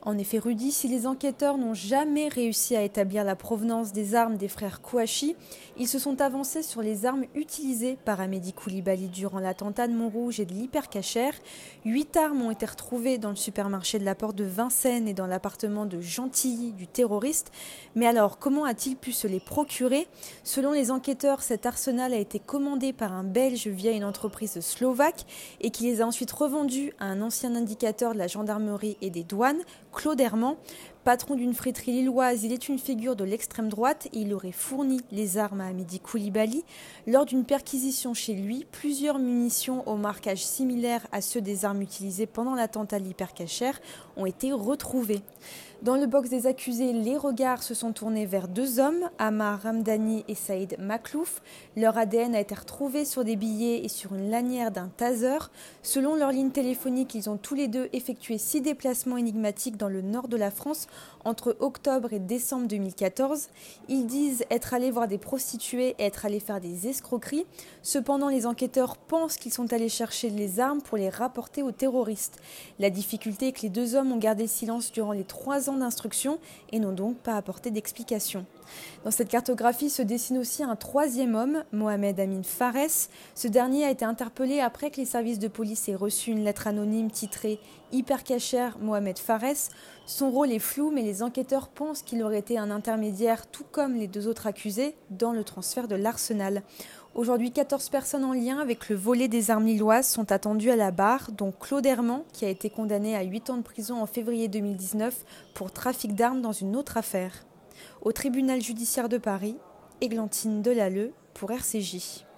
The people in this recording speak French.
En effet, Rudy, si les enquêteurs n'ont jamais réussi à établir la provenance des armes des frères Kouachi, ils se sont avancés sur les armes utilisées par Amédi Coulibaly durant l'attentat de Montrouge et de l'Hypercacher. 8 armes ont été retrouvées dans le supermarché de la Porte de Vincennes et dans l'appartement de Gentilly du terroriste. Mais alors, comment a-t-il pu se les procurer ? Selon les enquêteurs, cet arsenal a été commandé par un Belge via une entreprise slovaque et qui les a ensuite revendus à un ancien indicateur de la gendarmerie et des douanes, Claude Herman. Patron d'une friterie lilloise, il est une figure de l'extrême droite et il aurait fourni les armes à Amédi Coulibaly. Lors d'une perquisition chez lui, plusieurs munitions au marquage similaire à ceux des armes utilisées pendant l'attentat de l'Hypercacher ont été retrouvées. Dans le box des accusés, les regards se sont tournés vers 2 hommes, Amar Ramdani et Saïd Maklouf. Leur ADN a été retrouvé sur des billets et sur une lanière d'un taser. Selon leur ligne téléphonique, ils ont tous les deux effectué 6 déplacements énigmatiques dans le nord de la France entre octobre et décembre 2014. Ils disent être allés voir des prostituées et être allés faire des escroqueries. Cependant, les enquêteurs pensent qu'ils sont allés chercher les armes pour les rapporter aux terroristes. La difficulté est que les 2 hommes ont gardé silence durant les 3 ans d'instruction et n'ont donc pas apporté d'explication. Dans cette cartographie se dessine aussi un 3e homme, Mohamed Amin Fares. Ce dernier a été interpellé après que les services de police aient reçu une lettre anonyme titrée « Hypercacher Mohamed Fares ». Son rôle est flou, mais les enquêteurs pensent qu'il aurait été un intermédiaire, tout comme les 2 autres accusés, dans le transfert de l'arsenal. Aujourd'hui, 14 personnes en lien avec le volet des armes lilloises sont attendues à la barre, dont Claude Herman, qui a été condamné à 8 ans de prison en février 2019 pour trafic d'armes dans une autre affaire. Au tribunal judiciaire de Paris, Églantine Delalleux pour RCJ.